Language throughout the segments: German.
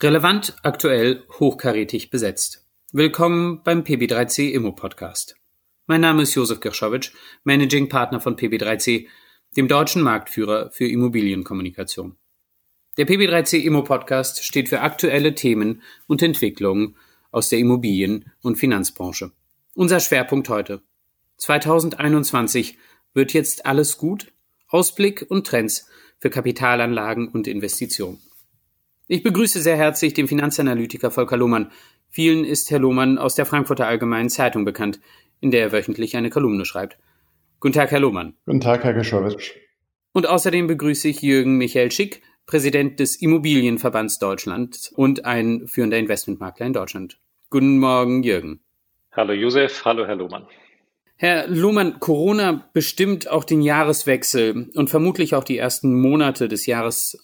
Relevant, aktuell, hochkarätig besetzt. Willkommen beim PB3C Immo Podcast. Mein Name ist Josef Girschowitsch, Managing Partner von PB3C, dem deutschen Marktführer für Immobilienkommunikation. Der PB3C Immo Podcast steht für aktuelle Themen und Entwicklungen aus der Immobilien- und Finanzbranche. Unser Schwerpunkt heute: 2021 wird jetzt alles gut? Ausblick und Trends für Kapitalanlagen und Investitionen. Ich begrüße sehr herzlich den Finanzanalytiker Volker Lohmann. Vielen ist Herr Lohmann aus der Frankfurter Allgemeinen Zeitung bekannt, in der er wöchentlich eine Kolumne schreibt. Guten Tag, Herr Lohmann. Guten Tag, Herr Girschowitsch. Und außerdem begrüße ich Jürgen Michael Schick, Präsident des Immobilienverbands Deutschland und ein führender Investmentmakler in Deutschland. Guten Morgen, Jürgen. Hallo Josef, hallo Herr Lohmann. Herr Lohmann, Corona bestimmt auch den Jahreswechsel und vermutlich auch die ersten Monate des Jahres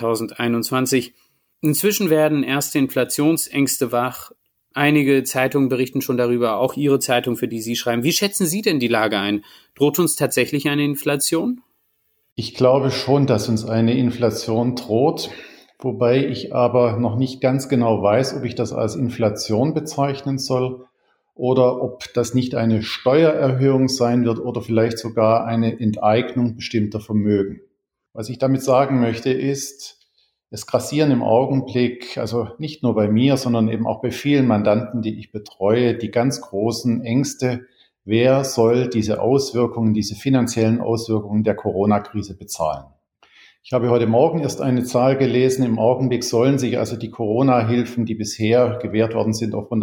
2021. Inzwischen werden erste Inflationsängste wach. Einige Zeitungen berichten schon darüber, auch Ihre Zeitung, für die Sie schreiben. Wie schätzen Sie denn die Lage ein? Droht uns tatsächlich eine Inflation? Ich glaube schon, dass uns eine Inflation droht, wobei ich aber noch nicht ganz genau weiß, ob ich das als Inflation bezeichnen soll oder ob das nicht eine Steuererhöhung sein wird oder vielleicht sogar eine Enteignung bestimmter Vermögen. Was ich damit sagen möchte ist, es grassieren im Augenblick, also nicht nur bei mir, sondern eben auch bei vielen Mandanten, die ich betreue, die ganz großen Ängste: Wer soll diese Auswirkungen, diese finanziellen Auswirkungen der Corona-Krise bezahlen? Ich habe heute Morgen erst eine Zahl gelesen. Im Augenblick sollen sich also die Corona-Hilfen, die bisher gewährt worden sind, auf rund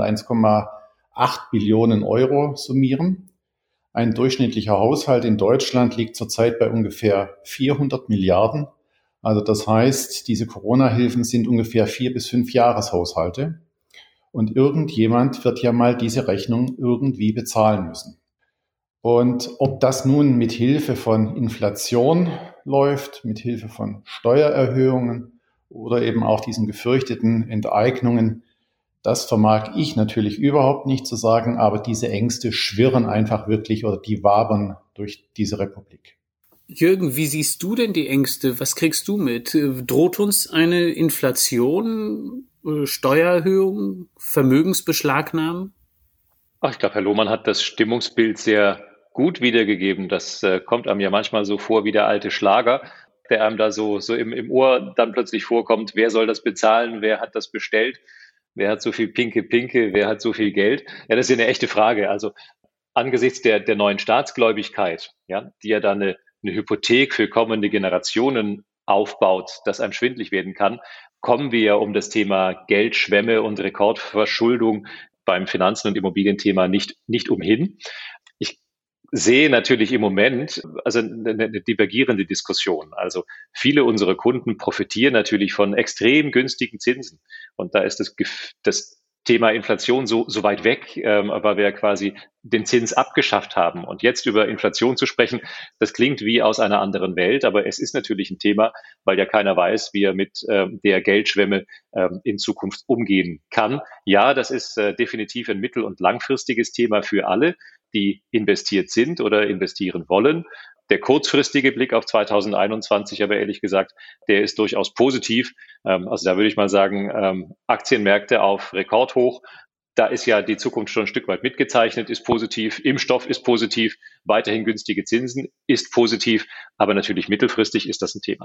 1,8 Billionen Euro summieren. Ein durchschnittlicher Haushalt in Deutschland liegt zurzeit bei ungefähr 400 Milliarden. Also das heißt, diese Corona-Hilfen sind ungefähr 4 bis 5 Jahreshaushalte. Und irgendjemand wird ja mal diese Rechnung irgendwie bezahlen müssen. Und ob das nun mit Hilfe von Inflation läuft, mit Hilfe von Steuererhöhungen oder eben auch diesen gefürchteten Enteignungen, das vermag ich natürlich überhaupt nicht zu sagen, aber diese Ängste schwirren einfach wirklich oder die wabern durch diese Republik. Jürgen, wie siehst du denn die Ängste? Was kriegst du mit? Droht uns eine Inflation, Steuererhöhung, Vermögensbeschlagnahmen? Ich glaube, Herr Lohmann hat das Stimmungsbild sehr gut wiedergegeben. Das kommt einem ja manchmal so vor wie der alte Schlager, der einem da so im Ohr dann plötzlich vorkommt. Wer soll das bezahlen? Wer hat das bestellt? Wer hat so viel Pinke? Wer hat so viel Geld? Ja, das ist ja eine echte Frage. Also angesichts der neuen Staatsgläubigkeit, ja, die ja dann eine Hypothek für kommende Generationen aufbaut, dass einem schwindlig werden kann, kommen wir ja um das Thema Geldschwemme und Rekordverschuldung beim Finanzen- und Immobilienthema nicht umhin. Ich sehe natürlich im Moment also eine divergierende Diskussion. Also viele unserer Kunden profitieren natürlich von extrem günstigen Zinsen. Und da ist das Thema Inflation so weit weg, weil wir quasi den Zins abgeschafft haben. Und jetzt über Inflation zu sprechen, das klingt wie aus einer anderen Welt, aber es ist natürlich ein Thema, weil ja keiner weiß, wie er mit der Geldschwemme in Zukunft umgehen kann. Ja, das ist definitiv ein mittel- und langfristiges Thema für alle, die investiert sind oder investieren wollen. Der kurzfristige Blick auf 2021, aber ehrlich gesagt, der ist durchaus positiv. Also da würde ich mal sagen, Aktienmärkte auf Rekordhoch. Da ist ja die Zukunft schon ein Stück weit mitgezeichnet, ist positiv. Impfstoff ist positiv. Weiterhin günstige Zinsen ist positiv. Aber natürlich mittelfristig ist das ein Thema.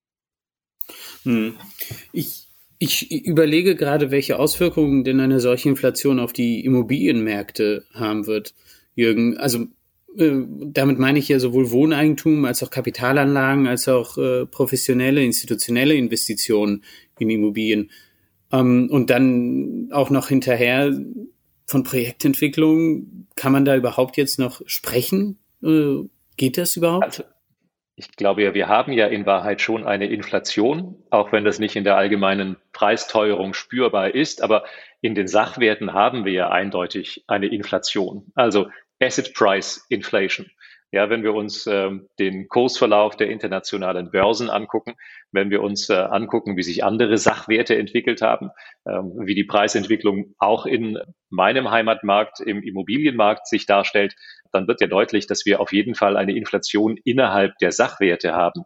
Ich überlege gerade, welche Auswirkungen denn eine solche Inflation auf die Immobilienmärkte haben wird, Jürgen. Also damit meine ich ja sowohl Wohneigentum als auch Kapitalanlagen, als auch professionelle, institutionelle Investitionen in Immobilien. Und dann auch noch hinterher von Projektentwicklung. Kann man da überhaupt jetzt noch sprechen? Geht das überhaupt? Also, ich glaube ja, wir haben ja in Wahrheit schon eine Inflation, auch wenn das nicht in der allgemeinen Preisteuerung spürbar ist. Aber in den Sachwerten haben wir ja eindeutig eine Inflation. Also Asset Price Inflation. Ja, wenn wir uns den Kursverlauf der internationalen Börsen angucken, wenn wir uns angucken, wie sich andere Sachwerte entwickelt haben, wie die Preisentwicklung auch in meinem Heimatmarkt, im Immobilienmarkt sich darstellt, dann wird ja deutlich, dass wir auf jeden Fall eine Inflation innerhalb der Sachwerte haben.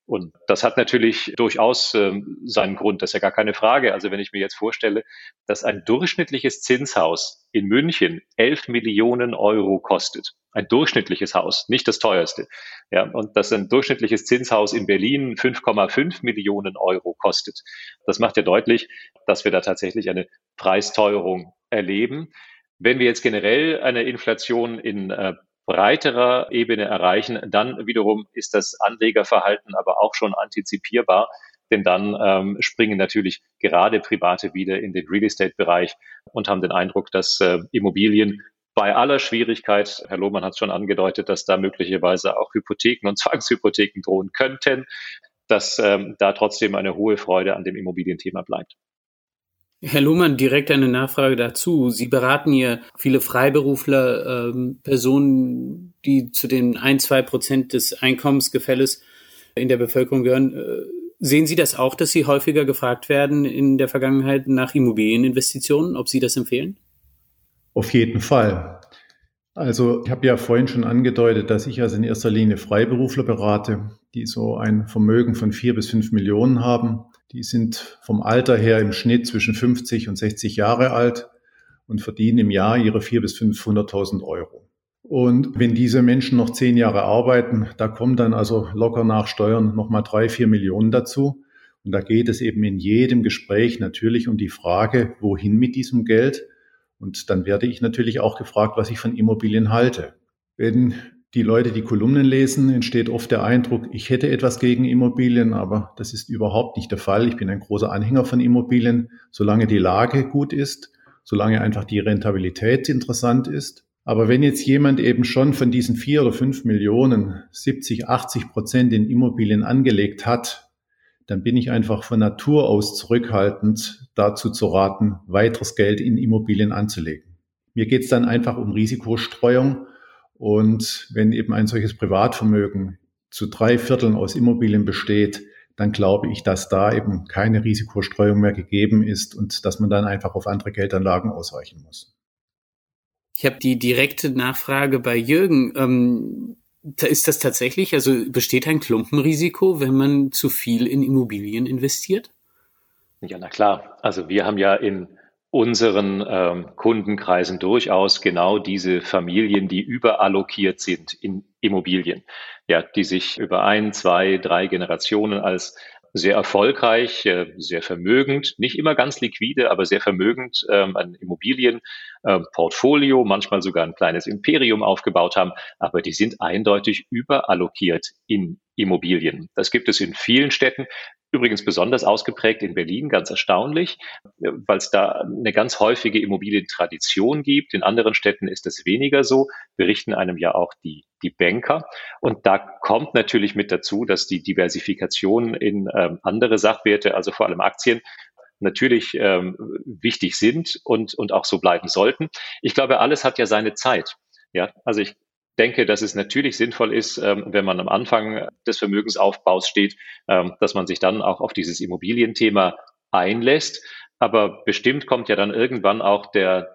Und das hat natürlich durchaus seinen Grund, das ist ja gar keine Frage. Also wenn ich mir jetzt vorstelle, dass ein durchschnittliches Zinshaus in München 11 Millionen Euro kostet, ein durchschnittliches Haus, nicht das teuerste, ja, und dass ein durchschnittliches Zinshaus in Berlin 5,5 Millionen Euro kostet. Das macht ja deutlich, dass wir da tatsächlich eine Preisteuerung erleben. Wenn wir jetzt generell eine Inflation in breiterer Ebene erreichen, dann wiederum ist das Anlegerverhalten aber auch schon antizipierbar, denn dann springen natürlich gerade Private wieder in den Real-Estate-Bereich und haben den Eindruck, dass Immobilien bei aller Schwierigkeit, Herr Lohmann hat es schon angedeutet, dass da möglicherweise auch Hypotheken und Zwangshypotheken drohen könnten, dass da trotzdem eine hohe Freude an dem Immobilienthema bleibt. Herr Lohmann, direkt eine Nachfrage dazu. Sie beraten ja viele Freiberufler, Personen, die zu den 1-2% des Einkommensgefälles in der Bevölkerung gehören. Sehen Sie das auch, dass Sie häufiger gefragt werden in der Vergangenheit nach Immobilieninvestitionen, ob Sie das empfehlen? Auf jeden Fall. Also ich habe ja vorhin schon angedeutet, dass ich also in erster Linie Freiberufler berate, die so ein Vermögen von 4 bis 5 Millionen haben. Die sind vom Alter her im Schnitt zwischen 50 und 60 Jahre alt und verdienen im Jahr ihre 400.000 bis 500.000 Euro. Und wenn diese Menschen noch 10 Jahre arbeiten, da kommen dann also locker nach Steuern nochmal 3-4 Millionen dazu. Und da geht es eben in jedem Gespräch natürlich um die Frage, wohin mit diesem Geld? Und dann werde ich natürlich auch gefragt, was ich von Immobilien halte. Wenn die Leute die Kolumnen lesen, entsteht oft der Eindruck, ich hätte etwas gegen Immobilien, aber das ist überhaupt nicht der Fall. Ich bin ein großer Anhänger von Immobilien, solange die Lage gut ist, solange einfach die Rentabilität interessant ist. Aber wenn jetzt jemand eben schon von diesen 4 oder 5 Millionen 70-80% in Immobilien angelegt hat, dann bin ich einfach von Natur aus zurückhaltend, dazu zu raten, weiteres Geld in Immobilien anzulegen. Mir geht es dann einfach um Risikostreuung. Und wenn eben ein solches Privatvermögen zu 3/4 aus Immobilien besteht, dann glaube ich, dass da eben keine Risikostreuung mehr gegeben ist und dass man dann einfach auf andere Geldanlagen ausweichen muss. Ich habe die direkte Nachfrage bei Jürgen. Ist das tatsächlich, also besteht ein Klumpenrisiko, wenn man zu viel in Immobilien investiert? Ja, na klar. Also wir haben ja in unseren Kundenkreisen durchaus genau diese Familien, die überallokiert sind in Immobilien, ja, die sich über 1, 2, 3 Generationen als sehr erfolgreich, sehr vermögend, nicht immer ganz liquide, aber sehr vermögend ein Immobilienportfolio, manchmal sogar ein kleines Imperium aufgebaut haben, aber die sind eindeutig überallokiert in Immobilien. Das gibt es in vielen Städten. Übrigens besonders ausgeprägt in Berlin, ganz erstaunlich, weil es da eine ganz häufige Immobilientradition gibt. In anderen Städten ist das weniger so, berichten einem ja auch die Banker. Und da kommt natürlich mit dazu, dass die Diversifikation in andere Sachwerte, also vor allem Aktien, natürlich wichtig sind und auch so bleiben sollten. Ich glaube, alles hat ja seine Zeit. Ja, also ich denke, dass es natürlich sinnvoll ist, wenn man am Anfang des Vermögensaufbaus steht, dass man sich dann auch auf dieses Immobilienthema einlässt. Aber bestimmt kommt ja dann irgendwann auch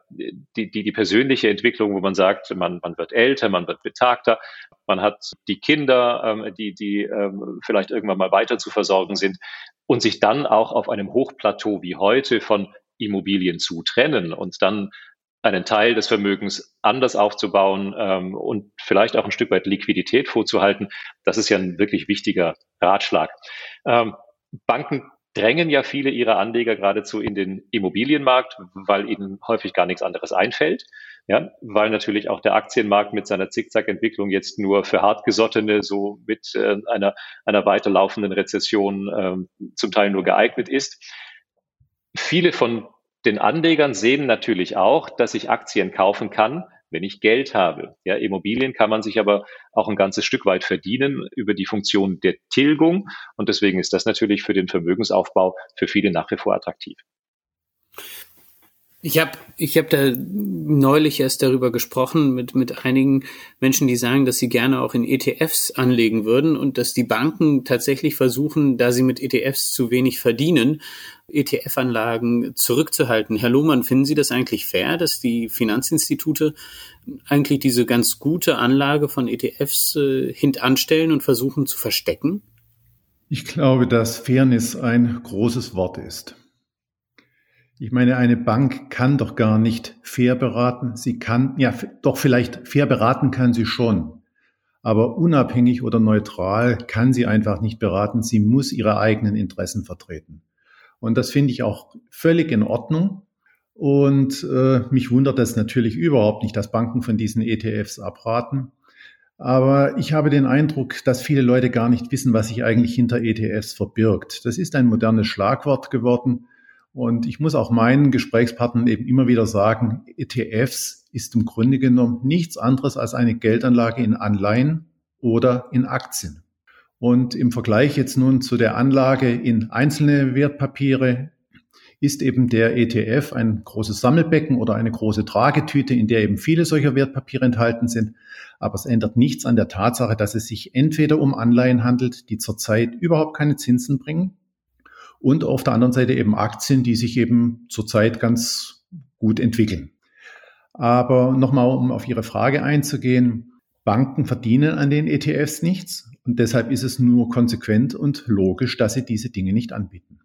die persönliche Entwicklung, wo man sagt, man wird älter, man wird betagter, man hat die Kinder, die vielleicht irgendwann mal weiter zu versorgen sind und sich dann auch auf einem Hochplateau wie heute von Immobilien zu trennen und dann einen Teil des Vermögens anders aufzubauen und vielleicht auch ein Stück weit Liquidität vorzuhalten, das ist ja ein wirklich wichtiger Ratschlag. Banken drängen ja viele ihrer Anleger geradezu in den Immobilienmarkt, weil ihnen häufig gar nichts anderes einfällt. Ja, weil natürlich auch der Aktienmarkt mit seiner Zickzack-Entwicklung jetzt nur für Hartgesottene so mit einer weiterlaufenden Rezession zum Teil nur geeignet ist. Viele von den Anlegern sehen natürlich auch, dass ich Aktien kaufen kann, wenn ich Geld habe. Ja, Immobilien kann man sich aber auch ein ganzes Stück weit verdienen über die Funktion der Tilgung. Und deswegen ist das natürlich für den Vermögensaufbau für viele nach wie vor attraktiv. Ich hab da neulich erst darüber gesprochen mit einigen Menschen, die sagen, dass sie gerne auch in ETFs anlegen würden und dass die Banken tatsächlich versuchen, da sie mit ETFs zu wenig verdienen, ETF-Anlagen zurückzuhalten. Herr Lohmann, finden Sie das eigentlich fair, dass die Finanzinstitute eigentlich diese ganz gute Anlage von ETFs hintanstellen und versuchen zu verstecken? Ich glaube, dass Fairness ein großes Wort ist. Ich meine, eine Bank kann doch gar nicht fair beraten. Sie kann, ja, doch vielleicht fair beraten kann sie schon. Aber unabhängig oder neutral kann sie einfach nicht beraten. Sie muss ihre eigenen Interessen vertreten. Und das finde ich auch völlig in Ordnung. Und mich wundert es natürlich überhaupt nicht, dass Banken von diesen ETFs abraten. Aber ich habe den Eindruck, dass viele Leute gar nicht wissen, was sich eigentlich hinter ETFs verbirgt. Das ist ein modernes Schlagwort geworden. Und ich muss auch meinen Gesprächspartnern eben immer wieder sagen, ETFs ist im Grunde genommen nichts anderes als eine Geldanlage in Anleihen oder in Aktien. Und im Vergleich jetzt nun zu der Anlage in einzelne Wertpapiere ist eben der ETF ein großes Sammelbecken oder eine große Tragetüte, in der eben viele solcher Wertpapiere enthalten sind. Aber es ändert nichts an der Tatsache, dass es sich entweder um Anleihen handelt, die zurzeit überhaupt keine Zinsen bringen, und auf der anderen Seite eben Aktien, die sich eben zurzeit ganz gut entwickeln. Aber nochmal, um auf Ihre Frage einzugehen, Banken verdienen an den ETFs nichts und deshalb ist es nur konsequent und logisch, dass sie diese Dinge nicht anbieten.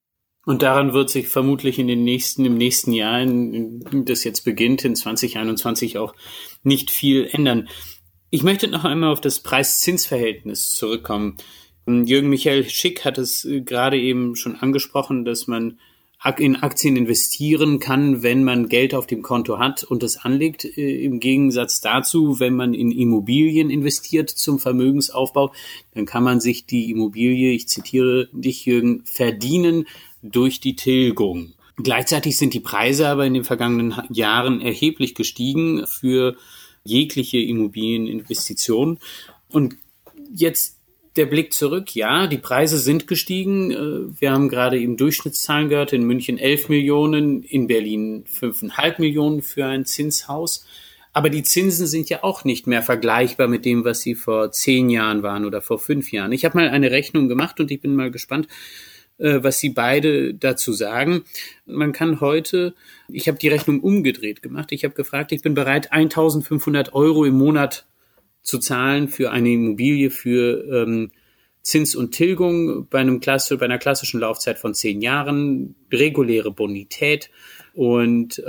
Und daran wird sich vermutlich im nächsten Jahr, das jetzt beginnt, in 2021 auch nicht viel ändern. Ich möchte noch einmal auf das Preis-Zins-Verhältnis zurückkommen. Jürgen Michael Schick hat es gerade eben schon angesprochen, dass man in Aktien investieren kann, wenn man Geld auf dem Konto hat und es anlegt. Im Gegensatz dazu, wenn man in Immobilien investiert zum Vermögensaufbau, dann kann man sich die Immobilie, ich zitiere dich, Jürgen, verdienen durch die Tilgung. Gleichzeitig sind die Preise aber in den vergangenen Jahren erheblich gestiegen für jegliche Immobilieninvestitionen. Und jetzt der Blick zurück, ja, die Preise sind gestiegen. Wir haben gerade eben Durchschnittszahlen gehört, in München 11 Millionen, in Berlin 5,5 Millionen für ein Zinshaus. Aber die Zinsen sind ja auch nicht mehr vergleichbar mit dem, was sie vor 10 Jahren waren oder vor 5 Jahren. Ich habe mal eine Rechnung gemacht und ich bin mal gespannt, was Sie beide dazu sagen. Man kann heute, ich habe die Rechnung umgedreht gemacht, ich habe gefragt, ich bin bereit, 1.500 € im Monat zu zahlen für eine Immobilie für Zins und Tilgung bei einer klassischen Laufzeit von 10 Jahren, reguläre Bonität und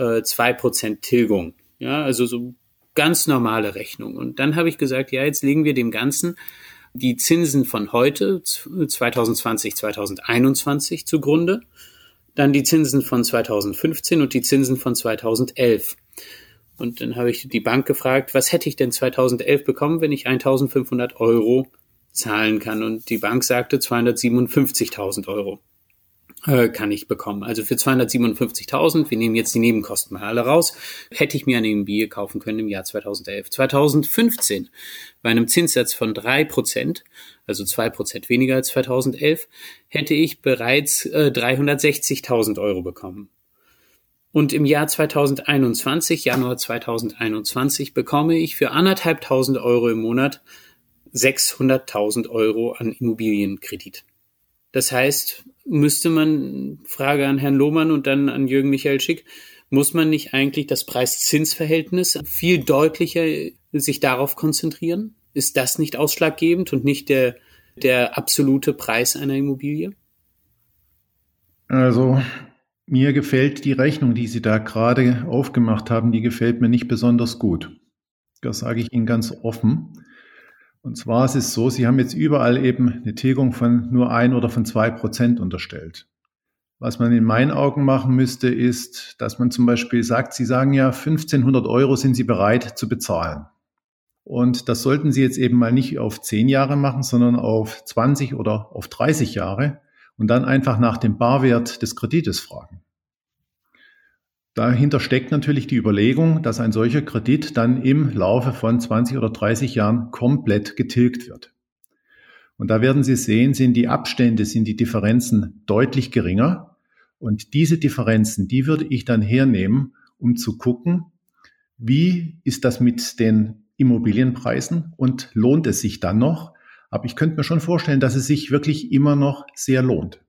2% Tilgung. Ja, also so ganz normale Rechnung. Und dann habe ich gesagt, ja, jetzt legen wir dem Ganzen die Zinsen von heute, 2020, 2021 zugrunde, dann die Zinsen von 2015 und die Zinsen von 2011. Und dann habe ich die Bank gefragt, was hätte ich denn 2011 bekommen, wenn ich 1.500 € zahlen kann? Und die Bank sagte, 257.000 € kann ich bekommen. Also für 257.000, wir nehmen jetzt die Nebenkosten mal alle raus, hätte ich mir eine Immobilie kaufen können im Jahr 2011. 2015 bei einem Zinssatz von 3%, also 2% weniger als 2011, hätte ich bereits 360.000 € bekommen. Und im Jahr 2021, Januar 2021, bekomme ich für 1.500 € im Monat 600.000 € an Immobilienkredit. Das heißt, müsste man, Frage an Herrn Lohmann und dann an Jürgen Michael Schick, muss man nicht eigentlich das Preis-Zins-Verhältnis viel deutlicher sich darauf konzentrieren? Ist das nicht ausschlaggebend und nicht der absolute Preis einer Immobilie? Also mir gefällt die Rechnung, die Sie da gerade aufgemacht haben, die gefällt mir nicht besonders gut. Das sage ich Ihnen ganz offen. Und zwar ist es so, Sie haben jetzt überall eben eine Tilgung von nur 1 oder von 2% unterstellt. Was man in meinen Augen machen müsste, ist, dass man zum Beispiel sagt, Sie sagen ja, 1.500 € sind Sie bereit zu bezahlen. Und das sollten Sie jetzt eben mal nicht auf 10 Jahre machen, sondern auf 20 oder auf 30 Jahre und dann einfach nach dem Barwert des Kredites fragen. Dahinter steckt natürlich die Überlegung, dass ein solcher Kredit dann im Laufe von 20 oder 30 Jahren komplett getilgt wird. Und da werden Sie sehen, sind die Differenzen deutlich geringer. Und diese Differenzen, die würde ich dann hernehmen, um zu gucken, wie ist das mit den Immobilienpreisen und lohnt es sich dann noch? Aber ich könnte mir schon vorstellen, dass es sich wirklich immer noch sehr lohnt.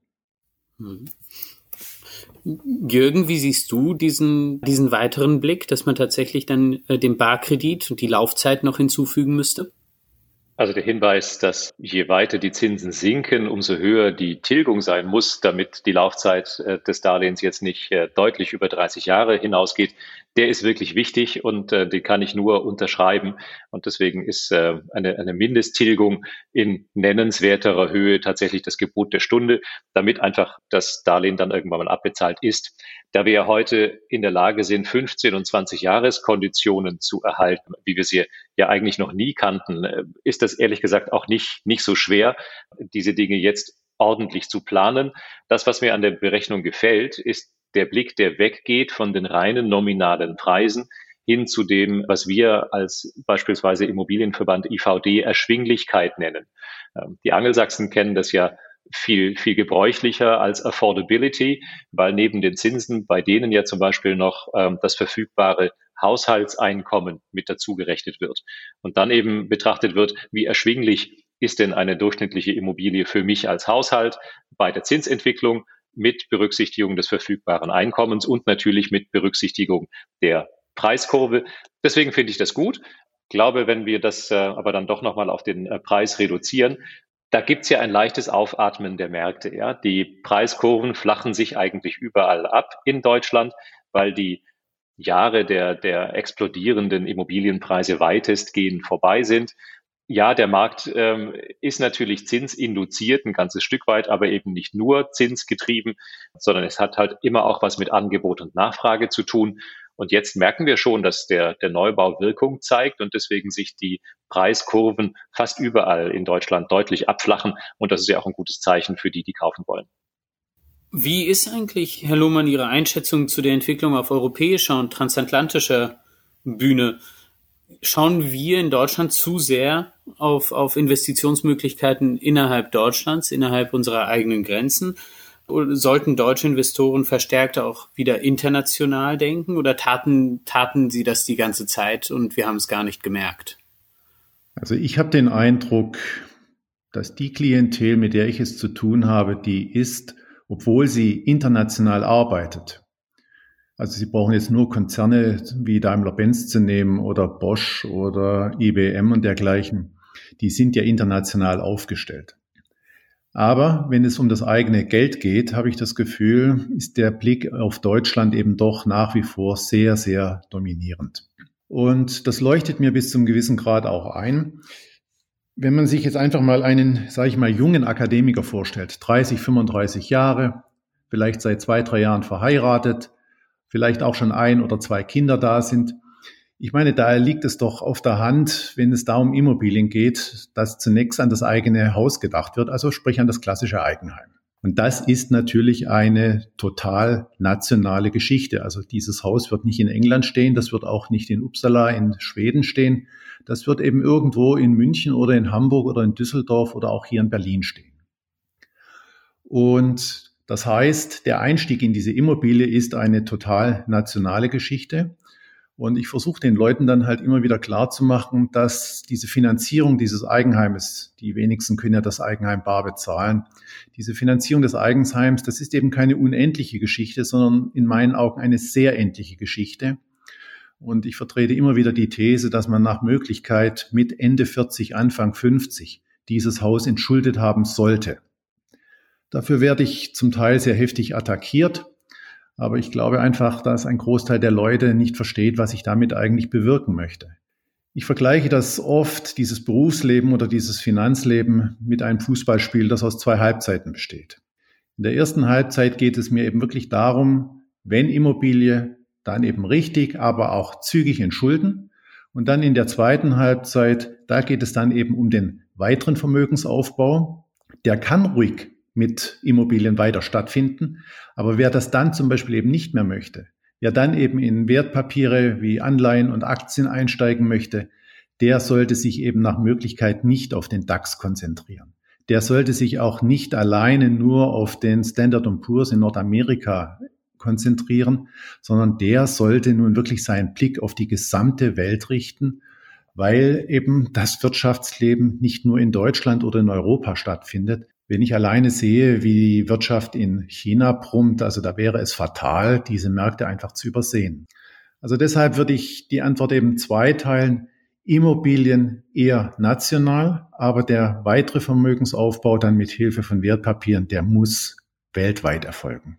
Jürgen, wie siehst du diesen weiteren Blick, dass man tatsächlich dann den Barkredit und die Laufzeit noch hinzufügen müsste? Also der Hinweis, dass je weiter die Zinsen sinken, umso höher die Tilgung sein muss, damit die Laufzeit des Darlehens jetzt nicht deutlich über 30 Jahre hinausgeht, der ist wirklich wichtig und den kann ich nur unterschreiben. Und deswegen ist eine Mindesttilgung in nennenswerterer Höhe tatsächlich das Gebot der Stunde, damit einfach das Darlehen dann irgendwann mal abbezahlt ist. Da wir ja heute in der Lage sind, 15 und 20 Jahreskonditionen zu erhalten, wie wir sie ja eigentlich noch nie kannten, ist das ehrlich gesagt auch nicht so schwer, diese Dinge jetzt ordentlich zu planen. Das, was mir an der Berechnung gefällt, ist der Blick, der weggeht von den reinen nominalen Preisen hin zu dem, was wir als beispielsweise Immobilienverband IVD Erschwinglichkeit nennen. Die Angelsachsen kennen das ja viel gebräuchlicher als Affordability, weil neben den Zinsen bei denen ja zum Beispiel noch das verfügbare Haushaltseinkommen mit dazugerechnet wird und dann eben betrachtet wird, wie erschwinglich ist denn eine durchschnittliche Immobilie für mich als Haushalt bei der Zinsentwicklung mit Berücksichtigung des verfügbaren Einkommens und natürlich mit Berücksichtigung der Preiskurve. Deswegen finde ich das gut. Ich glaube, wenn wir das aber dann doch nochmal auf den Preis reduzieren, da gibt's ja ein leichtes Aufatmen der Märkte. Ja, die Preiskurven flachen sich eigentlich überall ab in Deutschland, weil die Jahre der explodierenden Immobilienpreise weitestgehend vorbei sind. Ja, der Markt ist natürlich zinsinduziert, ein ganzes Stück weit, aber eben nicht nur zinsgetrieben, sondern es hat halt immer auch was mit Angebot und Nachfrage zu tun. Und jetzt merken wir schon, dass der Neubau Wirkung zeigt und deswegen sich die Preiskurven fast überall in Deutschland deutlich abflachen. Und das ist ja auch ein gutes Zeichen für die kaufen wollen. Wie ist eigentlich, Herr Lohmann, Ihre Einschätzung zu der Entwicklung auf europäischer und transatlantischer Bühne? Schauen wir in Deutschland zu sehr auf Investitionsmöglichkeiten innerhalb Deutschlands, innerhalb unserer eigenen Grenzen? Oder sollten deutsche Investoren verstärkt auch wieder international denken oder taten sie das die ganze Zeit und wir haben es gar nicht gemerkt? Also ich habe den Eindruck, dass die Klientel, mit der ich es zu tun habe, die ist, obwohl sie international arbeitet. Also Sie brauchen jetzt nur Konzerne wie Daimler-Benz zu nehmen oder Bosch oder IBM und dergleichen. Die sind ja international aufgestellt. Aber wenn es um das eigene Geld geht, habe ich das Gefühl, ist der Blick auf Deutschland eben doch nach wie vor sehr, sehr dominierend. Und das leuchtet mir bis zum gewissen Grad auch ein. Wenn man sich jetzt einfach mal einen, sage ich mal, jungen Akademiker vorstellt, 30, 35 Jahre, vielleicht seit 2, 3 Jahren verheiratet, vielleicht auch schon 1 oder 2 Kinder da sind. Ich meine, da liegt es doch auf der Hand, wenn es da um Immobilien geht, dass zunächst an das eigene Haus gedacht wird, also sprich an das klassische Eigenheim. Und das ist natürlich eine total nationale Geschichte. Also dieses Haus wird nicht in England stehen, das wird auch nicht in Uppsala in Schweden stehen. Das wird eben irgendwo in München oder in Hamburg oder in Düsseldorf oder auch hier in Berlin stehen. Und das heißt, der Einstieg in diese Immobilie ist eine total nationale Geschichte. Und ich versuche den Leuten dann halt immer wieder klarzumachen, dass diese Finanzierung dieses Eigenheimes, die wenigsten können ja das Eigenheim bar bezahlen, diese Finanzierung des Eigenheims, das ist eben keine unendliche Geschichte, sondern in meinen Augen eine sehr endliche Geschichte. Und ich vertrete immer wieder die These, dass man nach Möglichkeit mit Ende 40, Anfang 50 dieses Haus entschuldet haben sollte. Dafür werde ich zum Teil sehr heftig attackiert. Aber ich glaube einfach, dass ein Großteil der Leute nicht versteht, was ich damit eigentlich bewirken möchte. Ich vergleiche das oft, dieses Berufsleben oder dieses Finanzleben, mit einem Fußballspiel, das aus 2 Halbzeiten besteht. In der ersten Halbzeit geht es mir eben wirklich darum, wenn Immobilie, dann eben richtig, aber auch zügig entschulden. Und dann in der zweiten Halbzeit, da geht es dann eben um den weiteren Vermögensaufbau. Der kann ruhig mit Immobilien weiter stattfinden. Aber wer das dann zum Beispiel eben nicht mehr möchte, wer dann eben in Wertpapiere wie Anleihen und Aktien einsteigen möchte, der sollte sich eben nach Möglichkeit nicht auf den DAX konzentrieren. Der sollte sich auch nicht alleine nur auf den Standard & Poor's in Nordamerika konzentrieren, sondern der sollte nun wirklich seinen Blick auf die gesamte Welt richten, weil eben das Wirtschaftsleben nicht nur in Deutschland oder in Europa stattfindet. Wenn ich alleine sehe, wie die Wirtschaft in China brummt, also da wäre es fatal, diese Märkte einfach zu übersehen. Also deshalb würde ich die Antwort eben zweiteilen. Immobilien eher national, aber der weitere Vermögensaufbau dann mit Hilfe von Wertpapieren, der muss weltweit erfolgen.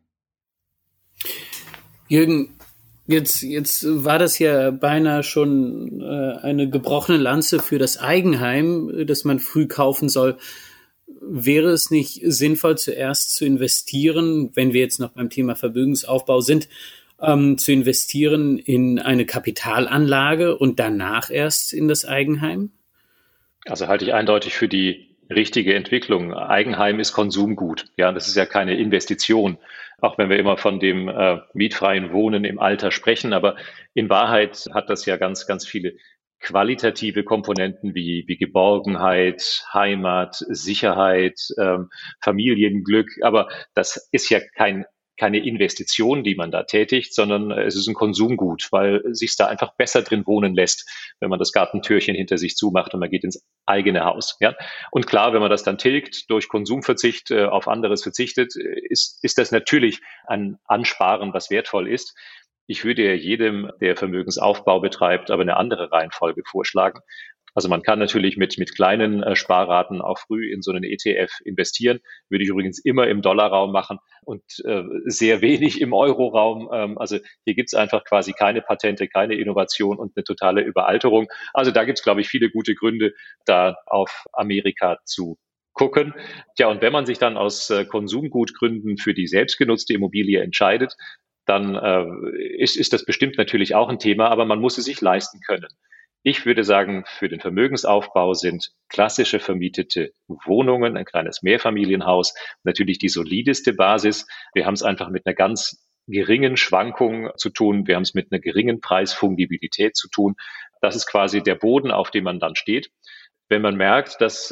Jürgen, jetzt war das ja beinahe schon eine gebrochene Lanze für das Eigenheim, das man früh kaufen soll. Wäre es nicht sinnvoll, zuerst zu investieren, wenn wir jetzt noch beim Thema Vermögensaufbau sind, zu investieren in eine Kapitalanlage und danach erst in das Eigenheim? Also halte ich eindeutig für die richtige Entwicklung. Eigenheim ist Konsumgut. Ja, das ist ja keine Investition, auch wenn wir immer von dem mietfreien Wohnen im Alter sprechen. Aber in Wahrheit hat das ja ganz, ganz viele qualitative Komponenten wie Geborgenheit, Heimat, Sicherheit, Familienglück. Aber das ist ja keine Investition, die man da tätigt, sondern es ist ein Konsumgut, weil es sich da einfach besser drin wohnen lässt, wenn man das Gartentürchen hinter sich zumacht und man geht ins eigene Haus. Ja? Und klar, wenn man das dann tilgt, durch Konsumverzicht auf anderes verzichtet, ist das natürlich ein Ansparen, was wertvoll ist. Ich würde ja jedem, der Vermögensaufbau betreibt, aber eine andere Reihenfolge vorschlagen. Also man kann natürlich mit kleinen Sparraten auch früh in so einen ETF investieren. Würde ich übrigens immer im Dollarraum machen und sehr wenig im Euroraum. Also hier gibt's einfach quasi keine Patente, keine Innovation und eine totale Überalterung. Also da gibt's, glaube ich, viele gute Gründe, da auf Amerika zu gucken. Ja, und wenn man sich dann aus Konsumgutgründen für die selbstgenutzte Immobilie entscheidet, dann ist das bestimmt natürlich auch ein Thema, aber man muss es sich leisten können. Ich würde sagen, für den Vermögensaufbau sind klassische vermietete Wohnungen, ein kleines Mehrfamilienhaus, natürlich die solideste Basis. Wir haben es einfach mit einer ganz geringen Schwankung zu tun. Wir haben es mit einer geringen Preisfungibilität zu tun. Das ist quasi der Boden, auf dem man dann steht. Wenn man merkt, dass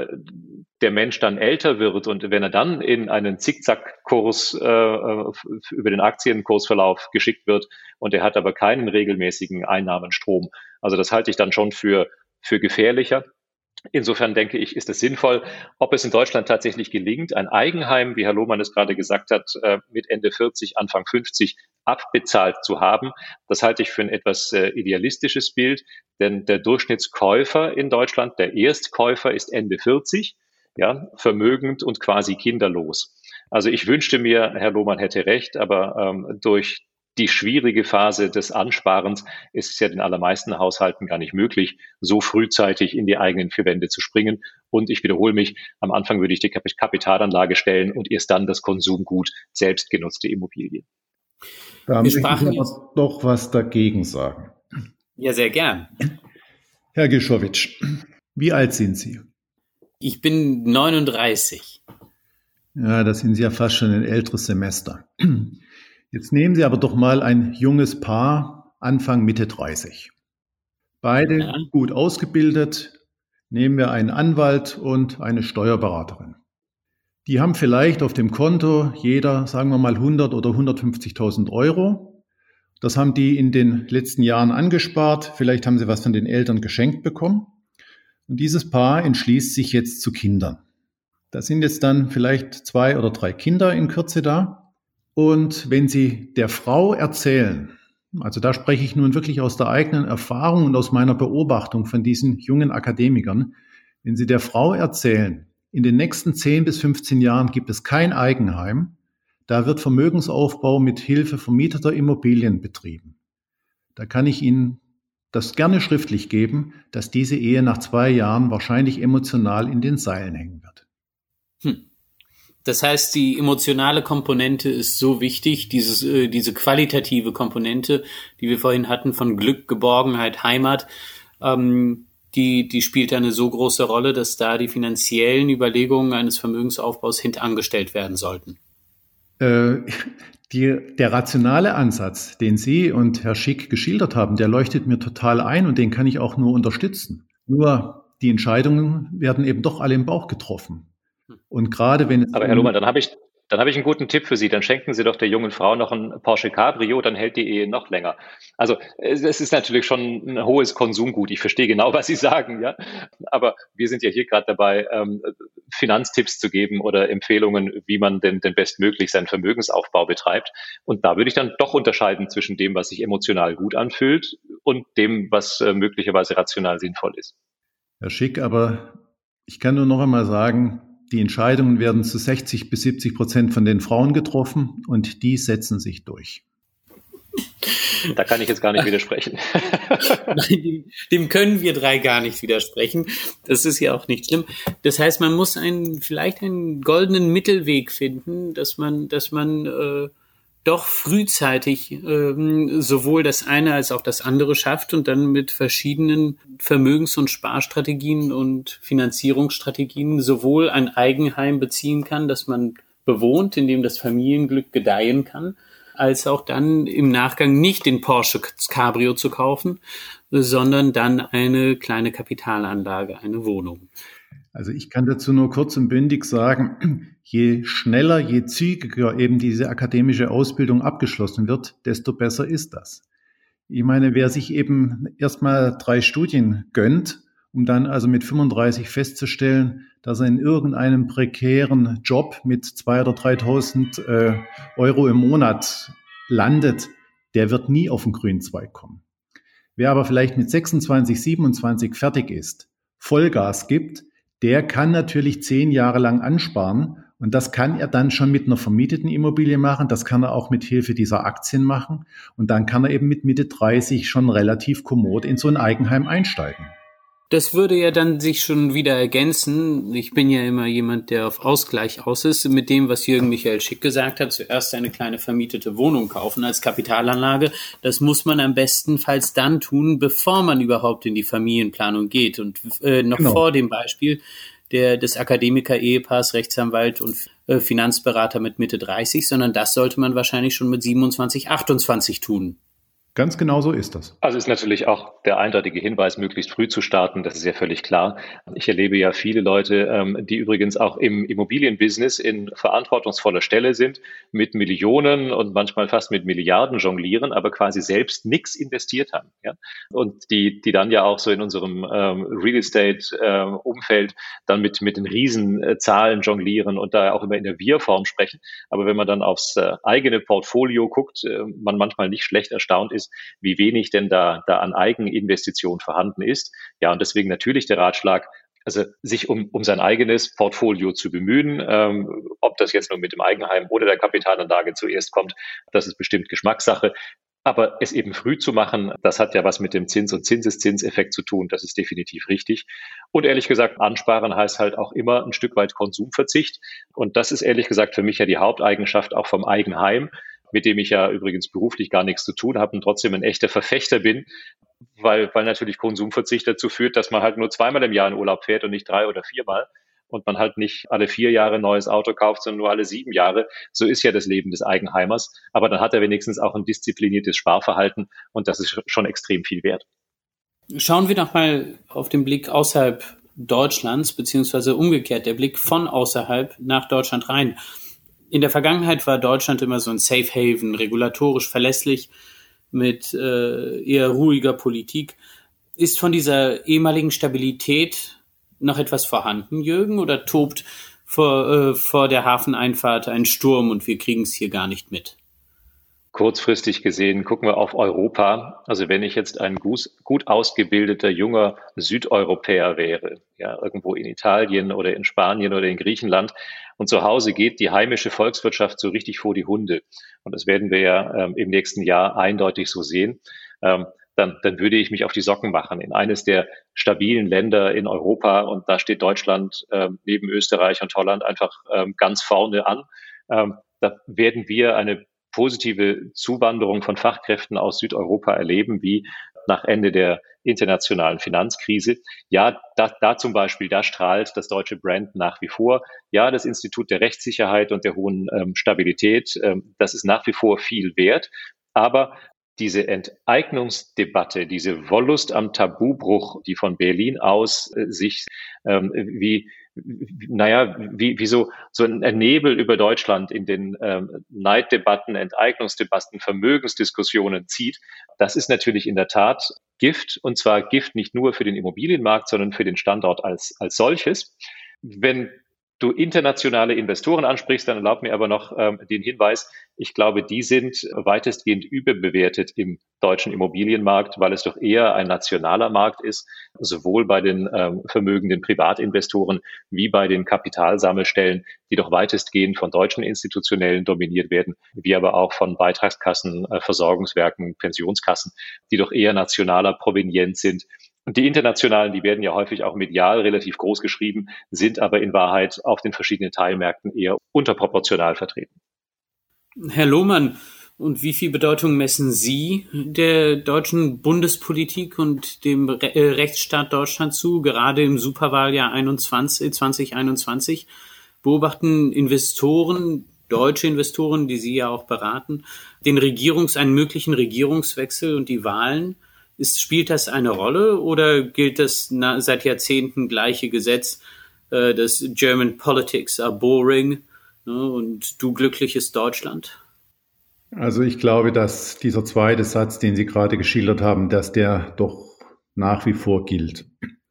der Mensch dann älter wird und wenn er dann in einen Zickzackkurs über den Aktienkursverlauf geschickt wird und er hat aber keinen regelmäßigen Einnahmenstrom, also das halte ich dann schon für gefährlicher. Insofern denke ich, ist es sinnvoll. Ob es in Deutschland tatsächlich gelingt, ein Eigenheim, wie Herr Lohmann es gerade gesagt hat, mit Ende 40, Anfang 50 abbezahlt zu haben, das halte ich für ein etwas idealistisches Bild, denn der Durchschnittskäufer in Deutschland, der Erstkäufer, ist Ende 40, ja, vermögend und quasi kinderlos. Also ich wünschte mir, Herr Lohmann hätte recht, aber durch die schwierige Phase des Ansparens ist es ja den allermeisten Haushalten gar nicht möglich, so frühzeitig in die eigenen vier Wände zu springen. Und ich wiederhole mich, am Anfang würde ich die Kapitalanlage stellen und erst dann das Konsumgut selbstgenutzte Immobilien. Da möchte ich aber doch was dagegen sagen. Ja, sehr gern. Herr Gischowitsch, wie alt sind Sie? Ich bin 39. Ja, da sind Sie ja fast schon ein älteres Semester. Jetzt nehmen Sie aber doch mal ein junges Paar, Anfang, Mitte 30. Beide gut ausgebildet. Nehmen wir einen Anwalt und eine Steuerberaterin. Die haben vielleicht auf dem Konto jeder, sagen wir mal, 100 oder 150.000 Euro. Das haben die in den letzten Jahren angespart. Vielleicht haben sie was von den Eltern geschenkt bekommen. Und dieses Paar entschließt sich jetzt zu Kindern. Da sind jetzt dann vielleicht 2 oder 3 Kinder in Kürze da. Und wenn Sie der Frau erzählen, also da spreche ich nun wirklich aus der eigenen Erfahrung und aus meiner Beobachtung von diesen jungen Akademikern, wenn Sie der Frau erzählen, in den nächsten 10 bis 15 Jahren gibt es kein Eigenheim, da wird Vermögensaufbau mit Hilfe vermieteter Immobilien betrieben. Da kann ich Ihnen das gerne schriftlich geben, dass diese Ehe nach 2 Jahren wahrscheinlich emotional in den Seilen hängen wird. Das heißt, die emotionale Komponente ist so wichtig, diese qualitative Komponente, die wir vorhin hatten, von Glück, Geborgenheit, Heimat, die spielt eine so große Rolle, dass da die finanziellen Überlegungen eines Vermögensaufbaus hintangestellt werden sollten. Der rationale Ansatz, den Sie und Herr Schick geschildert haben, der leuchtet mir total ein und den kann ich auch nur unterstützen. Nur die Entscheidungen werden eben doch alle im Bauch getroffen. Und gerade wenn es Aber Herr Lohmann, dann habe ich Dann habe ich einen guten Tipp für Sie. Dann schenken Sie doch der jungen Frau noch ein Porsche Cabrio, dann hält die Ehe noch länger. Also es ist natürlich schon ein hohes Konsumgut. Ich verstehe genau, was Sie sagen, ja. Aber wir sind ja hier gerade dabei, Finanztipps zu geben oder Empfehlungen, wie man denn bestmöglich seinen Vermögensaufbau betreibt. Und da würde ich dann doch unterscheiden zwischen dem, was sich emotional gut anfühlt und dem, was möglicherweise rational sinnvoll ist. Herr Schick, aber ich kann nur noch einmal sagen, die Entscheidungen werden zu 60-70% von den Frauen getroffen und die setzen sich durch. Da kann ich jetzt gar nicht widersprechen. Nein, dem können wir drei gar nicht widersprechen. Das ist ja auch nicht schlimm. Das heißt, man muss vielleicht einen goldenen Mittelweg finden, dass man doch frühzeitig sowohl das eine als auch das andere schafft und dann mit verschiedenen Vermögens- und Sparstrategien und Finanzierungsstrategien sowohl ein Eigenheim beziehen kann, das man bewohnt, in dem das Familienglück gedeihen kann, als auch dann im Nachgang nicht den Porsche Cabrio zu kaufen, sondern dann eine kleine Kapitalanlage, eine Wohnung. Also ich kann dazu nur kurz und bündig sagen, je schneller, je zügiger eben diese akademische Ausbildung abgeschlossen wird, desto besser ist das. Ich meine, wer sich eben erstmal 3 Studien gönnt, um dann also mit 35 festzustellen, dass er in irgendeinem prekären Job mit 2.000 oder 3.000 Euro im Monat landet, der wird nie auf den grünen Zweig kommen. Wer aber vielleicht mit 26, 27 fertig ist, Vollgas gibt, der kann natürlich 10 Jahre lang ansparen und das kann er dann schon mit einer vermieteten Immobilie machen, das kann er auch mit Hilfe dieser Aktien machen und dann kann er eben mit Mitte 30 schon relativ kommod in so ein Eigenheim einsteigen. Das würde ja dann sich schon wieder ergänzen. Ich bin ja immer jemand, der auf Ausgleich aus ist, mit dem, was Jürgen Michael Schick gesagt hat, zuerst eine kleine vermietete Wohnung kaufen als Kapitalanlage. Das muss man am bestenfalls dann tun, bevor man überhaupt in die Familienplanung geht. Und noch genau vor dem Beispiel des Akademiker-Ehepaars, Rechtsanwalt und Finanzberater mit Mitte 30, sondern das sollte man wahrscheinlich schon mit 27, 28 tun. Ganz genau so ist das. Also ist natürlich auch der eindeutige Hinweis, möglichst früh zu starten, das ist ja völlig klar. Ich erlebe ja viele Leute, die übrigens auch im Immobilienbusiness in verantwortungsvoller Stelle sind, mit Millionen und manchmal fast mit Milliarden jonglieren, aber quasi selbst nichts investiert haben. Ja? Und die dann ja auch so in unserem Real Estate Umfeld dann mit den Riesenzahlen jonglieren und da auch immer in der Wir-Form sprechen. Aber wenn man dann aufs eigene Portfolio guckt, man manchmal nicht schlecht erstaunt ist, wie wenig denn da an Eigeninvestition vorhanden ist. Ja, und deswegen natürlich der Ratschlag, also sich um sein eigenes Portfolio zu bemühen, ob das jetzt nur mit dem Eigenheim oder der Kapitalanlage zuerst kommt, das ist bestimmt Geschmackssache. Aber es eben früh zu machen, das hat ja was mit dem Zins- und Zinseszinseffekt zu tun, das ist definitiv richtig. Und ehrlich gesagt, ansparen heißt halt auch immer ein Stück weit Konsumverzicht. Und das ist ehrlich gesagt für mich ja die Haupteigenschaft auch vom Eigenheim, mit dem ich ja übrigens beruflich gar nichts zu tun habe und trotzdem ein echter Verfechter bin, weil natürlich Konsumverzicht dazu führt, dass man halt nur 2-mal im Jahr in Urlaub fährt und nicht 3 oder 4-mal und man halt nicht alle 4 Jahre ein neues Auto kauft, sondern nur alle 7 Jahre. So ist ja das Leben des Eigenheimers. Aber dann hat er wenigstens auch ein diszipliniertes Sparverhalten und das ist schon extrem viel wert. Schauen wir noch mal auf den Blick außerhalb Deutschlands, beziehungsweise umgekehrt, der Blick von außerhalb nach Deutschland rein. In der Vergangenheit war Deutschland immer so ein Safe Haven, regulatorisch verlässlich, mit eher ruhiger Politik. Ist von dieser ehemaligen Stabilität noch etwas vorhanden, Jürgen, oder tobt vor der Hafeneinfahrt ein Sturm und wir kriegen es hier gar nicht mit? Kurzfristig gesehen gucken wir auf Europa. Also wenn ich jetzt ein gut ausgebildeter junger Südeuropäer wäre, ja, irgendwo in Italien oder in Spanien oder in Griechenland und zu Hause geht die heimische Volkswirtschaft so richtig vor die Hunde. Und das werden wir ja im nächsten Jahr eindeutig so sehen. Dann würde ich mich auf die Socken machen in eines der stabilen Länder in Europa. Und da steht Deutschland neben Österreich und Holland einfach ganz vorne an. Da werden wir eine positive Zuwanderung von Fachkräften aus Südeuropa erleben, wie nach Ende der internationalen Finanzkrise. Ja, da zum Beispiel, da strahlt das deutsche Brand nach wie vor. Ja, das Institut der Rechtssicherheit und der hohen Stabilität, das ist nach wie vor viel wert. Aber diese Enteignungsdebatte, diese Wollust am Tabubruch, die von Berlin aus sich wie so ein Nebel über Deutschland in den Neiddebatten, Enteignungsdebatten, Vermögensdiskussionen zieht, das ist natürlich in der Tat Gift, und zwar Gift nicht nur für den Immobilienmarkt, sondern für den Standort als solches. Wenn du internationale Investoren ansprichst, dann erlaub mir aber noch den Hinweis, ich glaube, die sind weitestgehend überbewertet im deutschen Immobilienmarkt, weil es doch eher ein nationaler Markt ist, sowohl bei den vermögenden Privatinvestoren wie bei den Kapitalsammelstellen, die doch weitestgehend von deutschen Institutionellen dominiert werden, wie aber auch von Beitragskassen, Versorgungswerken, Pensionskassen, die doch eher nationaler Provenienz sind. Und die internationalen, die werden ja häufig auch medial relativ groß geschrieben, sind aber in Wahrheit auf den verschiedenen Teilmärkten eher unterproportional vertreten. Herr Lohmann, und wie viel Bedeutung messen Sie der deutschen Bundespolitik und dem Rechtsstaat Deutschland zu? Gerade im Superwahljahr 2021 beobachten Investoren, deutsche Investoren, die Sie ja auch beraten, einen möglichen Regierungswechsel und die Wahlen. Spielt das eine Rolle oder gilt das seit Jahrzehnten gleiche Gesetz, dass German politics are boring, und du glückliches Deutschland? Also ich glaube, dass dieser zweite Satz, den Sie gerade geschildert haben, dass der doch nach wie vor gilt.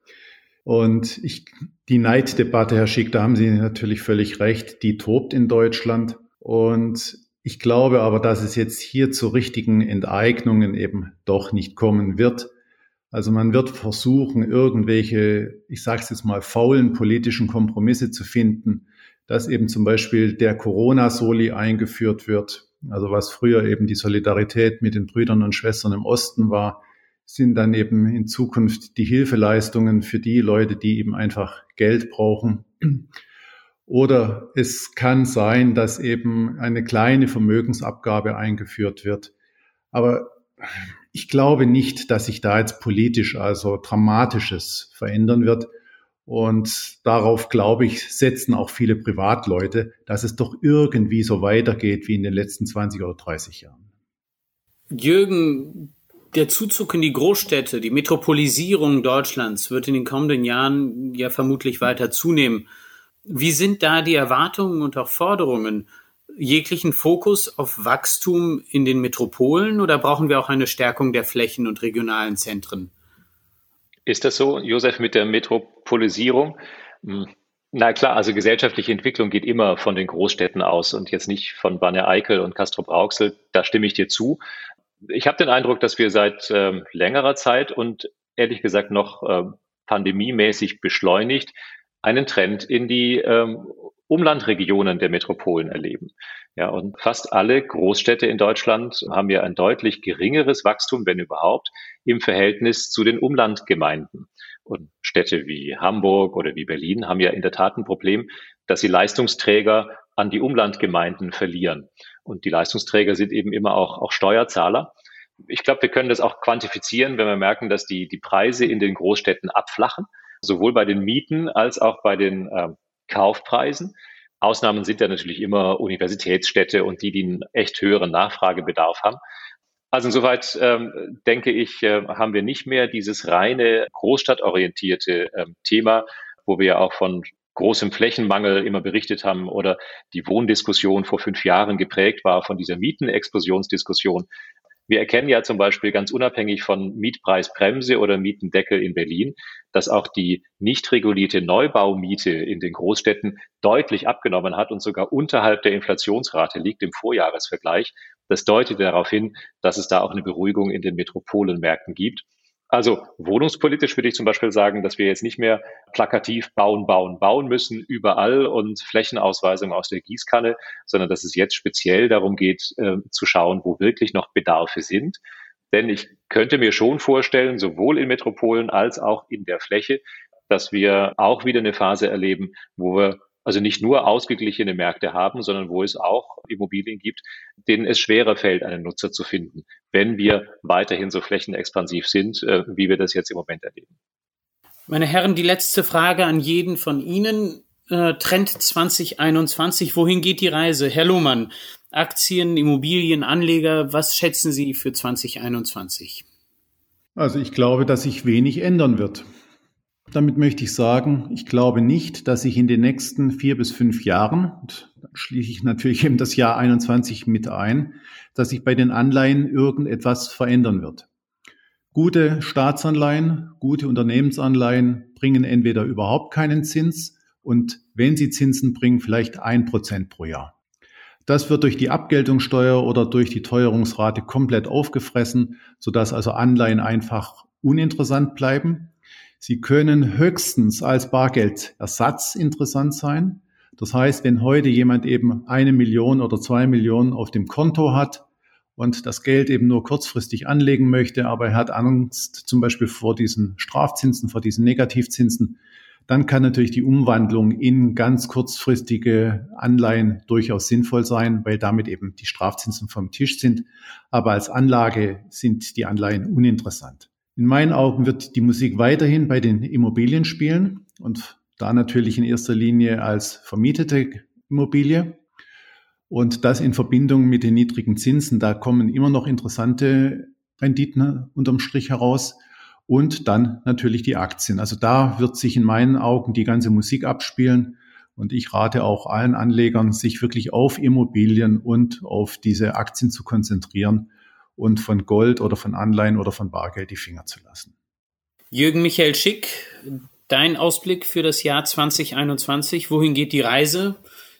Und die Neiddebatte, Herr Schick, da haben Sie natürlich völlig recht, die tobt in Deutschland. Und ich glaube aber, dass es jetzt hier zu richtigen Enteignungen eben doch nicht kommen wird. Also man wird versuchen, irgendwelche, ich sage es jetzt mal, faulen politischen Kompromisse zu finden, dass eben zum Beispiel der Corona-Soli eingeführt wird. Also was früher eben die Solidarität mit den Brüdern und Schwestern im Osten war, sind dann eben in Zukunft die Hilfeleistungen für die Leute, die eben einfach Geld brauchen. Oder es kann sein, dass eben eine kleine Vermögensabgabe eingeführt wird. Aber ich glaube nicht, dass sich da jetzt politisch also Dramatisches verändern wird. Und darauf, glaube ich, setzen auch viele Privatleute, dass es doch irgendwie so weitergeht wie in den letzten 20 oder 30 Jahren. Jürgen, der Zuzug in die Großstädte, die Metropolisierung Deutschlands wird in den kommenden Jahren ja vermutlich weiter zunehmen. Wie sind da die Erwartungen und auch Forderungen? Jeglichen Fokus auf Wachstum in den Metropolen oder brauchen wir auch eine Stärkung der Flächen und regionalen Zentren? Ist das so, Josef, mit der Metropolisierung? Na klar, also gesellschaftliche Entwicklung geht immer von den Großstädten aus und jetzt nicht von Banne-Eickel und Castrop-Rauxel. Da stimme ich dir zu. Ich habe den Eindruck, dass wir seit längerer Zeit und ehrlich gesagt noch pandemiemäßig beschleunigt einen Trend in die Umlandregionen der Metropolen erleben. Ja, und fast alle Großstädte in Deutschland haben ja ein deutlich geringeres Wachstum, wenn überhaupt, im Verhältnis zu den Umlandgemeinden. Und Städte wie Hamburg oder wie Berlin haben ja in der Tat ein Problem, dass sie Leistungsträger an die Umlandgemeinden verlieren. Und die Leistungsträger sind eben immer auch Steuerzahler. Ich glaube, wir können das auch quantifizieren, wenn wir merken, dass die Preise in den Großstädten abflachen, sowohl bei den Mieten als auch bei den Kaufpreisen. Ausnahmen sind ja natürlich immer Universitätsstädte und die einen echt höheren Nachfragebedarf haben. Also insoweit denke ich, haben wir nicht mehr dieses reine großstadtorientierte Thema, wo wir ja auch von großem Flächenmangel immer berichtet haben oder die Wohndiskussion vor 5 Jahren geprägt war von dieser Mietenexplosionsdiskussion. Wir erkennen ja zum Beispiel ganz unabhängig von Mietpreisbremse oder Mietendeckel in Berlin, dass auch die nicht regulierte Neubaumiete in den Großstädten deutlich abgenommen hat und sogar unterhalb der Inflationsrate liegt im Vorjahresvergleich. Das deutet darauf hin, dass es da auch eine Beruhigung in den Metropolenmärkten gibt. Also wohnungspolitisch würde ich zum Beispiel sagen, dass wir jetzt nicht mehr plakativ bauen müssen überall und Flächenausweisung aus der Gießkanne, sondern dass es jetzt speziell darum geht, zu schauen, wo wirklich noch Bedarfe sind. Denn ich könnte mir schon vorstellen, sowohl in Metropolen als auch in der Fläche, dass wir auch wieder eine Phase erleben, wo wir also nicht nur ausgeglichene Märkte haben, sondern wo es auch Immobilien gibt, denen es schwerer fällt, einen Nutzer zu finden, wenn wir weiterhin so flächenexpansiv sind, wie wir das jetzt im Moment erleben. Meine Herren, die letzte Frage an jeden von Ihnen. Trend 2021, wohin geht die Reise? Herr Lohmann, Aktien, Immobilien, Anleger, was schätzen Sie für 2021? Also ich glaube, dass sich wenig ändern wird. Damit möchte ich sagen, ich glaube nicht, dass sich in den nächsten 4 bis 5 Jahren, und dann schließe ich natürlich eben das Jahr 21 mit ein, dass sich bei den Anleihen irgendetwas verändern wird. Gute Staatsanleihen, gute Unternehmensanleihen bringen entweder überhaupt keinen Zins und wenn sie Zinsen bringen, vielleicht 1% pro Jahr. Das wird durch die Abgeltungssteuer oder durch die Teuerungsrate komplett aufgefressen, sodass also Anleihen einfach uninteressant bleiben. Sie können höchstens als Bargeldersatz interessant sein. Das heißt, wenn heute jemand eben 1 Million oder 2 Millionen auf dem Konto hat und das Geld eben nur kurzfristig anlegen möchte, aber er hat Angst zum Beispiel vor diesen Strafzinsen, vor diesen Negativzinsen, dann kann natürlich die Umwandlung in ganz kurzfristige Anleihen durchaus sinnvoll sein, weil damit eben die Strafzinsen vom Tisch sind. Aber als Anlage sind die Anleihen uninteressant. In meinen Augen wird die Musik weiterhin bei den Immobilien spielen und da natürlich in erster Linie als vermietete Immobilie. Und das in Verbindung mit den niedrigen Zinsen, da kommen immer noch interessante Renditen unterm Strich heraus. Und dann natürlich die Aktien. Also da wird sich in meinen Augen die ganze Musik abspielen. Und ich rate auch allen Anlegern, sich wirklich auf Immobilien und auf diese Aktien zu konzentrieren und von Gold oder von Anleihen oder von Bargeld die Finger zu lassen. Jürgen Michael Schick, dein Ausblick für das Jahr 2021. Wohin geht die Reise?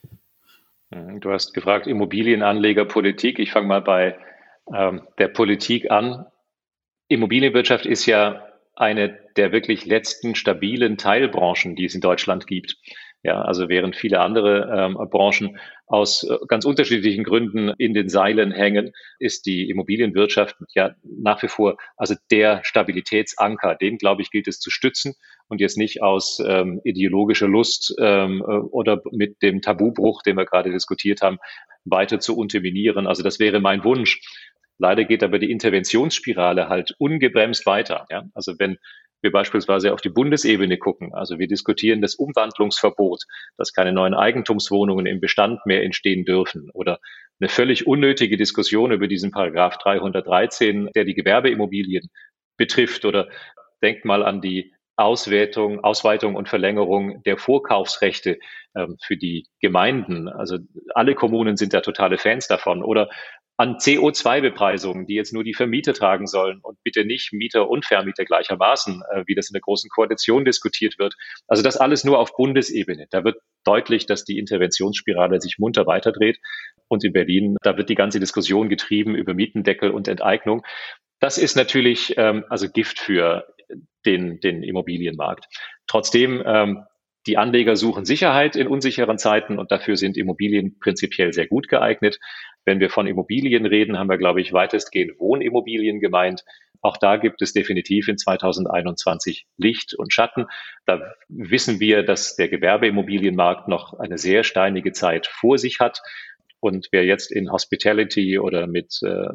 Du hast gefragt, Immobilienanleger, Politik. Ich fange mal bei der Politik an. Immobilienwirtschaft ist ja eine der wirklich letzten stabilen Teilbranchen, die es in Deutschland gibt. Ja, also während viele andere Branchen aus ganz unterschiedlichen Gründen in den Seilen hängen, ist die Immobilienwirtschaft ja nach wie vor also der Stabilitätsanker. Den, glaube ich, gilt es zu stützen und jetzt nicht aus ideologischer Lust oder mit dem Tabubruch, den wir gerade diskutiert haben, weiter zu unterminieren. Also das wäre mein Wunsch. Leider geht aber die Interventionsspirale halt ungebremst weiter. Ja? Also wenn wir beispielsweise auf die Bundesebene gucken, also wir diskutieren das Umwandlungsverbot, dass keine neuen Eigentumswohnungen im Bestand mehr entstehen dürfen oder eine völlig unnötige Diskussion über diesen Paragraph 313, der die Gewerbeimmobilien betrifft oder denkt mal an die Ausweitung und Verlängerung der Vorkaufsrechte für die Gemeinden. Also alle Kommunen sind da totale Fans davon oder an CO2-Bepreisungen, die jetzt nur die Vermieter tragen sollen und bitte nicht Mieter und Vermieter gleichermaßen, wie das in der Großen Koalition diskutiert wird. Also das alles nur auf Bundesebene. Da wird deutlich, dass die Interventionsspirale sich munter weiterdreht. Und in Berlin, da wird die ganze Diskussion getrieben über Mietendeckel und Enteignung. Das ist natürlich also Gift für den Immobilienmarkt. Trotzdem, die Anleger suchen Sicherheit in unsicheren Zeiten und dafür sind Immobilien prinzipiell sehr gut geeignet. Wenn wir von Immobilien reden, haben wir, glaube ich, weitestgehend Wohnimmobilien gemeint. Auch da gibt es definitiv in 2021 Licht und Schatten. Da wissen wir, dass der Gewerbeimmobilienmarkt noch eine sehr steinige Zeit vor sich hat. Und wer jetzt in Hospitality oder mit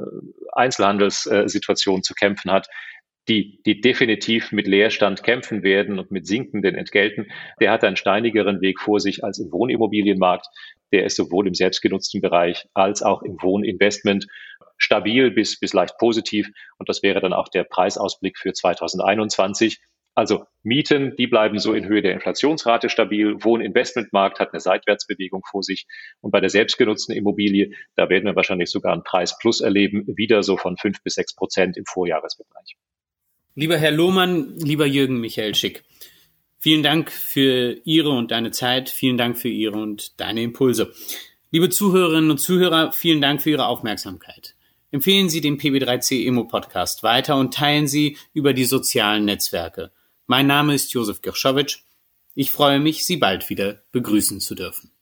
Einzelhandelssituationen zu kämpfen hat, die definitiv mit Leerstand kämpfen werden und mit sinkenden Entgelten, der hat einen steinigeren Weg vor sich als im Wohnimmobilienmarkt. Der ist sowohl im selbstgenutzten Bereich als auch im Wohninvestment stabil bis leicht positiv. Und das wäre dann auch der Preisausblick für 2021. Also Mieten, die bleiben so in Höhe der Inflationsrate stabil. Wohninvestmentmarkt hat eine Seitwärtsbewegung vor sich. Und bei der selbstgenutzten Immobilie, da werden wir wahrscheinlich sogar einen Preisplus erleben, wieder so von 5 bis 6% im Vorjahresbereich. Lieber Herr Lohmann, lieber Jürgen Michael Schick, vielen Dank für Ihre und deine Zeit, vielen Dank für Ihre und deine Impulse. Liebe Zuhörerinnen und Zuhörer, vielen Dank für Ihre Aufmerksamkeit. Empfehlen Sie den PB3C Immo Podcast weiter und teilen Sie über die sozialen Netzwerke. Mein Name ist Josef Girschowitsch. Ich freue mich, Sie bald wieder begrüßen zu dürfen.